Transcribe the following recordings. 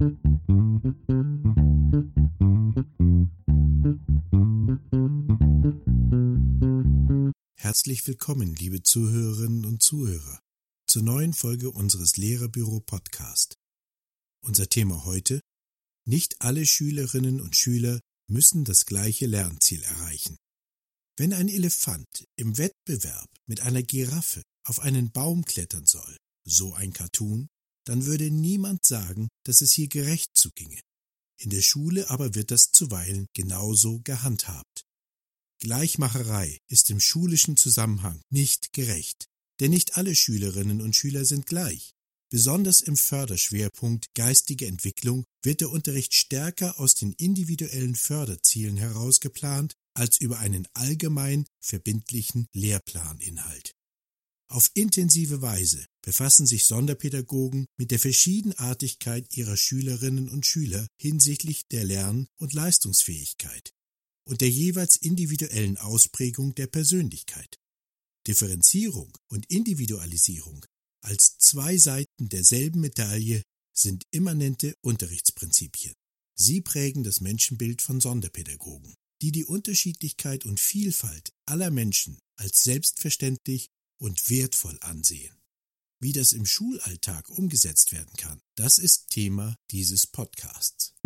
Herzlich willkommen, liebe Zuhörerinnen und Zuhörer, zur neuen Folge unseres Lehrerbüro-Podcast. Unser Thema heute: Nicht alle Schülerinnen und Schüler müssen das gleiche Lernziel erreichen. Wenn ein Elefant im Wettbewerb mit einer Giraffe auf einen Baum klettern soll, so ein Cartoon, dann würde niemand sagen, dass es hier gerecht zuginge. In der Schule aber wird das zuweilen genauso gehandhabt. Gleichmacherei ist im schulischen Zusammenhang nicht gerecht, denn nicht alle Schülerinnen und Schüler sind gleich. Besonders im Förderschwerpunkt geistige Entwicklung wird der Unterricht stärker aus den individuellen Förderzielen heraus geplant als über einen allgemein verbindlichen Lehrplaninhalt. Auf intensive Weise befassen sich Sonderpädagogen mit der Verschiedenartigkeit ihrer Schülerinnen und Schüler hinsichtlich der Lern- und Leistungsfähigkeit und der jeweils individuellen Ausprägung der Persönlichkeit. Differenzierung und Individualisierung als zwei Seiten derselben Medaille sind immanente Unterrichtsprinzipien. Sie prägen das Menschenbild von Sonderpädagogen, die die Unterschiedlichkeit und Vielfalt aller Menschen als selbstverständlich und wertvoll ansehen. Wie das im Schulalltag umgesetzt werden kann, das ist Thema dieses Podcasts.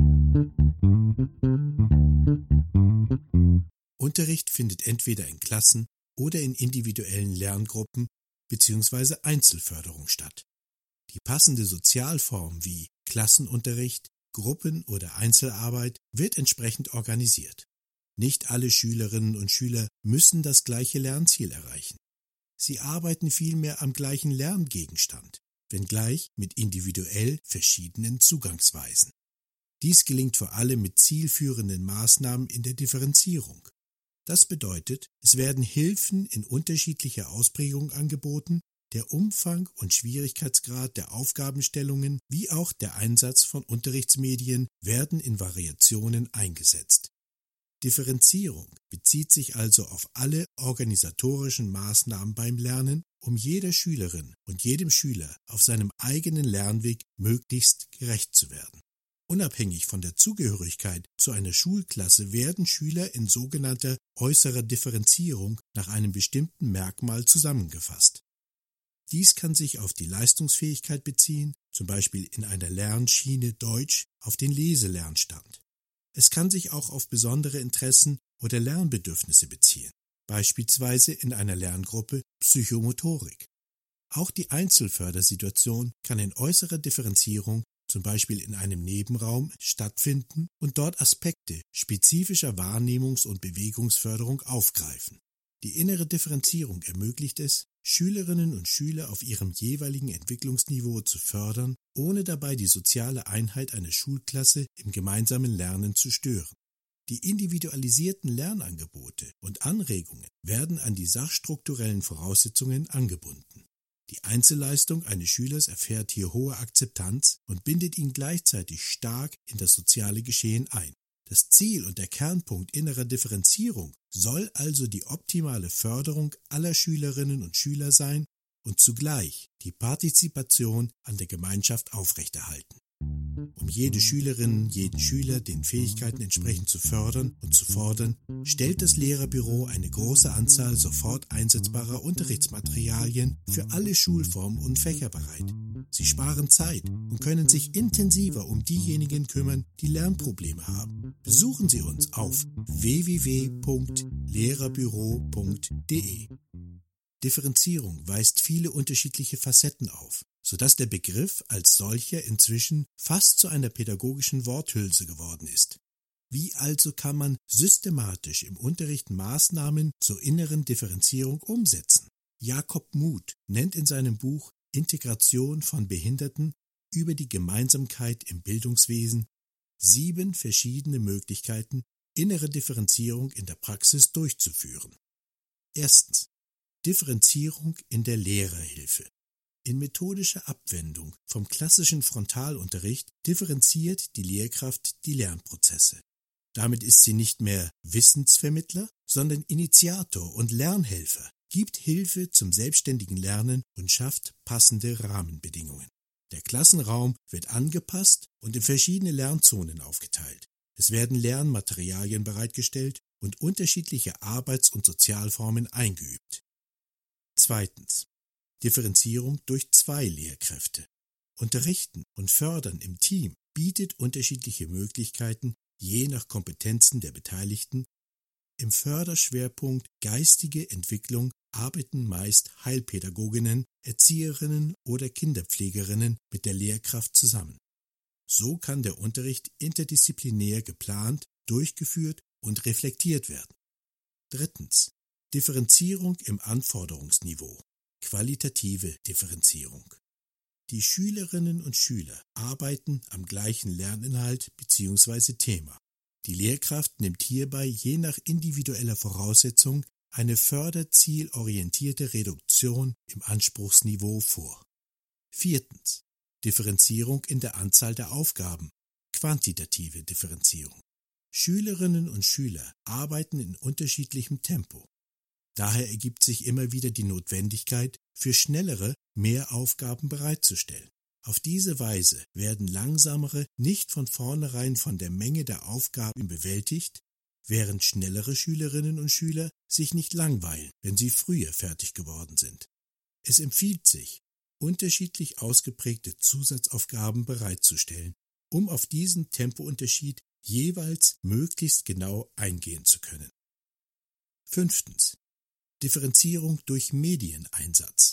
Unterricht findet entweder in Klassen oder in individuellen Lerngruppen bzw. Einzelförderung statt. Die passende Sozialform wie Klassenunterricht, Gruppen- oder Einzelarbeit wird entsprechend organisiert. Nicht alle Schülerinnen und Schüler müssen das gleiche Lernziel erreichen. Sie arbeiten vielmehr am gleichen Lerngegenstand, wenngleich mit individuell verschiedenen Zugangsweisen. Dies gelingt vor allem mit zielführenden Maßnahmen in der Differenzierung. Das bedeutet, es werden Hilfen in unterschiedlicher Ausprägung angeboten, der Umfang und Schwierigkeitsgrad der Aufgabenstellungen wie auch der Einsatz von Unterrichtsmedien werden in Variationen eingesetzt. Differenzierung bezieht sich also auf alle organisatorischen Maßnahmen beim Lernen, um jeder Schülerin und jedem Schüler auf seinem eigenen Lernweg möglichst gerecht zu werden. Unabhängig von der Zugehörigkeit zu einer Schulklasse werden Schüler in sogenannter äußerer Differenzierung nach einem bestimmten Merkmal zusammengefasst. Dies kann sich auf die Leistungsfähigkeit beziehen, zum Beispiel in einer Lernschiene Deutsch auf den Leselernstand. Es kann sich auch auf besondere Interessen oder Lernbedürfnisse beziehen, beispielsweise in einer Lerngruppe Psychomotorik. Auch die Einzelfördersituation kann in äußerer Differenzierung, zum Beispiel in einem Nebenraum, stattfinden und dort Aspekte spezifischer Wahrnehmungs- und Bewegungsförderung aufgreifen. Die innere Differenzierung ermöglicht es, Schülerinnen und Schüler auf ihrem jeweiligen Entwicklungsniveau zu fördern, ohne dabei die soziale Einheit einer Schulklasse im gemeinsamen Lernen zu stören. Die individualisierten Lernangebote und Anregungen werden an die sachstrukturellen Voraussetzungen angebunden. Die Einzelleistung eines Schülers erfährt hier hohe Akzeptanz und bindet ihn gleichzeitig stark in das soziale Geschehen ein. Das Ziel und der Kernpunkt innerer Differenzierung soll also die optimale Förderung aller Schülerinnen und Schüler sein und zugleich die Partizipation an der Gemeinschaft aufrechterhalten. Um jede Schülerin, jeden Schüler den Fähigkeiten entsprechend zu fördern und zu fordern, stellt das Lehrerbüro eine große Anzahl sofort einsetzbarer Unterrichtsmaterialien für alle Schulformen und Fächer bereit. Sie sparen Zeit und können sich intensiver um diejenigen kümmern, die Lernprobleme haben. Besuchen Sie uns auf www.lehrerbüro.de. Differenzierung weist viele unterschiedliche Facetten auf, sodass der Begriff als solcher inzwischen fast zu einer pädagogischen Worthülse geworden ist. Wie also kann man systematisch im Unterricht Maßnahmen zur inneren Differenzierung umsetzen? Jakob Muth nennt in seinem Buch Integration von Behinderten über die Gemeinsamkeit im Bildungswesen 7 verschiedene Möglichkeiten, innere Differenzierung in der Praxis durchzuführen. Erstens. Differenzierung in der Lehrerhilfe. In methodischer Abwendung vom klassischen Frontalunterricht differenziert die Lehrkraft die Lernprozesse. Damit ist sie nicht mehr Wissensvermittler, sondern Initiator und Lernhelfer, gibt Hilfe zum selbstständigen Lernen und schafft passende Rahmenbedingungen. Der Klassenraum wird angepasst und in verschiedene Lernzonen aufgeteilt. Es werden Lernmaterialien bereitgestellt und unterschiedliche Arbeits- und Sozialformen eingeübt. Zweitens. Differenzierung durch 2 Lehrkräfte. Unterrichten und Fördern im Team bietet unterschiedliche Möglichkeiten, je nach Kompetenzen der Beteiligten. Im Förderschwerpunkt Geistige Entwicklung arbeiten meist Heilpädagoginnen, Erzieherinnen oder Kinderpflegerinnen mit der Lehrkraft zusammen. So kann der Unterricht interdisziplinär geplant, durchgeführt und reflektiert werden. Drittens. Differenzierung im Anforderungsniveau. Qualitative Differenzierung. Die Schülerinnen und Schüler arbeiten am gleichen Lerninhalt bzw. Thema. Die Lehrkraft nimmt hierbei je nach individueller Voraussetzung eine förderzielorientierte Reduktion im Anspruchsniveau vor. Viertens. Differenzierung in der Anzahl der Aufgaben. Quantitative Differenzierung. Schülerinnen und Schüler arbeiten in unterschiedlichem Tempo. Daher ergibt sich immer wieder die Notwendigkeit, für schnellere mehr Aufgaben bereitzustellen. Auf diese Weise werden langsamere nicht von vornherein von der Menge der Aufgaben bewältigt, während schnellere Schülerinnen und Schüler sich nicht langweilen, wenn sie früher fertig geworden sind. Es empfiehlt sich, unterschiedlich ausgeprägte Zusatzaufgaben bereitzustellen, um auf diesen Tempounterschied jeweils möglichst genau eingehen zu können. Fünftens. Differenzierung durch Medieneinsatz.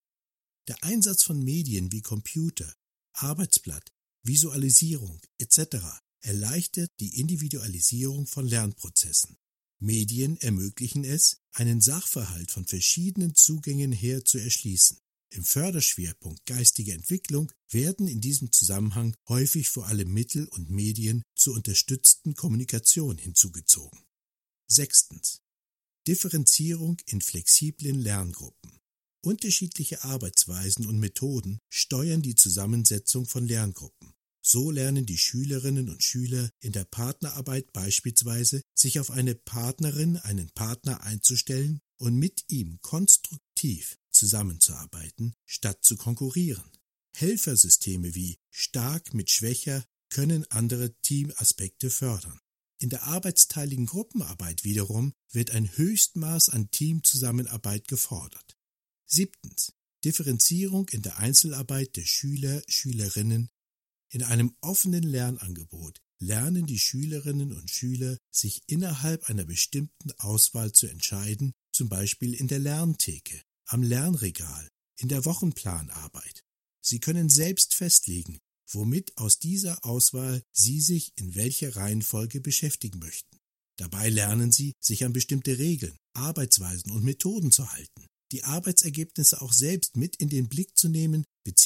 Der Einsatz von Medien wie Computer, Arbeitsblatt, Visualisierung etc. erleichtert die Individualisierung von Lernprozessen. Medien ermöglichen es, einen Sachverhalt von verschiedenen Zugängen her zu erschließen. Im Förderschwerpunkt Geistige Entwicklung werden in diesem Zusammenhang häufig vor allem Mittel und Medien zur unterstützten Kommunikation hinzugezogen. Sechstens. Differenzierung in flexiblen Lerngruppen. Unterschiedliche Arbeitsweisen und Methoden steuern die Zusammensetzung von Lerngruppen. So lernen die Schülerinnen und Schüler in der Partnerarbeit beispielsweise, sich auf eine Partnerin, einen Partner einzustellen und mit ihm konstruktiv zusammenzuarbeiten, statt zu konkurrieren. Helfersysteme wie stark mit schwächer können andere Teamaspekte fördern. In der arbeitsteiligen Gruppenarbeit wiederum wird ein Höchstmaß an Teamzusammenarbeit gefordert. Siebtens. Differenzierung in der Einzelarbeit der Schüler, Schülerinnen. In einem offenen Lernangebot lernen die Schülerinnen und Schüler, sich innerhalb einer bestimmten Auswahl zu entscheiden, zum Beispiel in der Lerntheke, am Lernregal, in der Wochenplanarbeit. Sie können selbst festlegen, womit aus dieser Auswahl Sie sich in welcher Reihenfolge beschäftigen möchten. Dabei lernen Sie, sich an bestimmte Regeln, Arbeitsweisen und Methoden zu halten, die Arbeitsergebnisse auch selbst mit in den Blick zu nehmen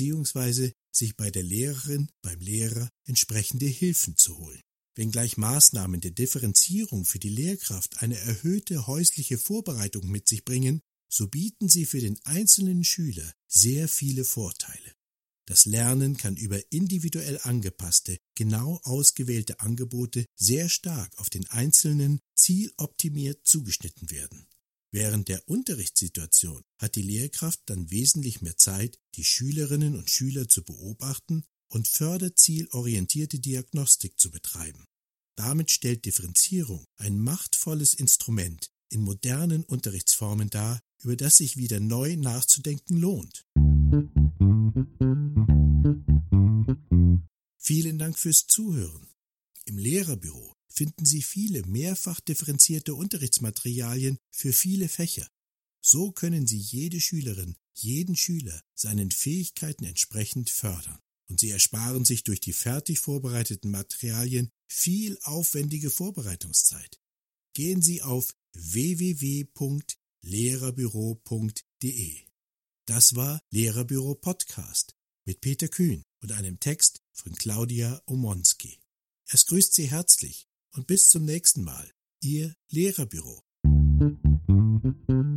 bzw. sich bei der Lehrerin, beim Lehrer entsprechende Hilfen zu holen. Wenngleich Maßnahmen der Differenzierung für die Lehrkraft eine erhöhte häusliche Vorbereitung mit sich bringen, so bieten sie für den einzelnen Schüler sehr viele Vorteile. Das Lernen kann über individuell angepasste, genau ausgewählte Angebote sehr stark auf den Einzelnen zieloptimiert zugeschnitten werden. Während der Unterrichtssituation hat die Lehrkraft dann wesentlich mehr Zeit, die Schülerinnen und Schüler zu beobachten und förderzielorientierte Diagnostik zu betreiben. Damit stellt Differenzierung ein machtvolles Instrument in modernen Unterrichtsformen dar, über das sich wieder neu nachzudenken lohnt. Vielen Dank fürs Zuhören. Im Lehrerbüro finden Sie viele mehrfach differenzierte Unterrichtsmaterialien für viele Fächer. So können Sie jede Schülerin, jeden Schüler seinen Fähigkeiten entsprechend fördern. Und Sie ersparen sich durch die fertig vorbereiteten Materialien viel aufwendige Vorbereitungszeit. Gehen Sie auf www.lehrerbüro.de. Das war Lehrerbüro Podcast mit Peter Kühn und einem Text von Claudia Omonski. Es grüßt Sie herzlich und bis zum nächsten Mal, Ihr Lehrerbüro.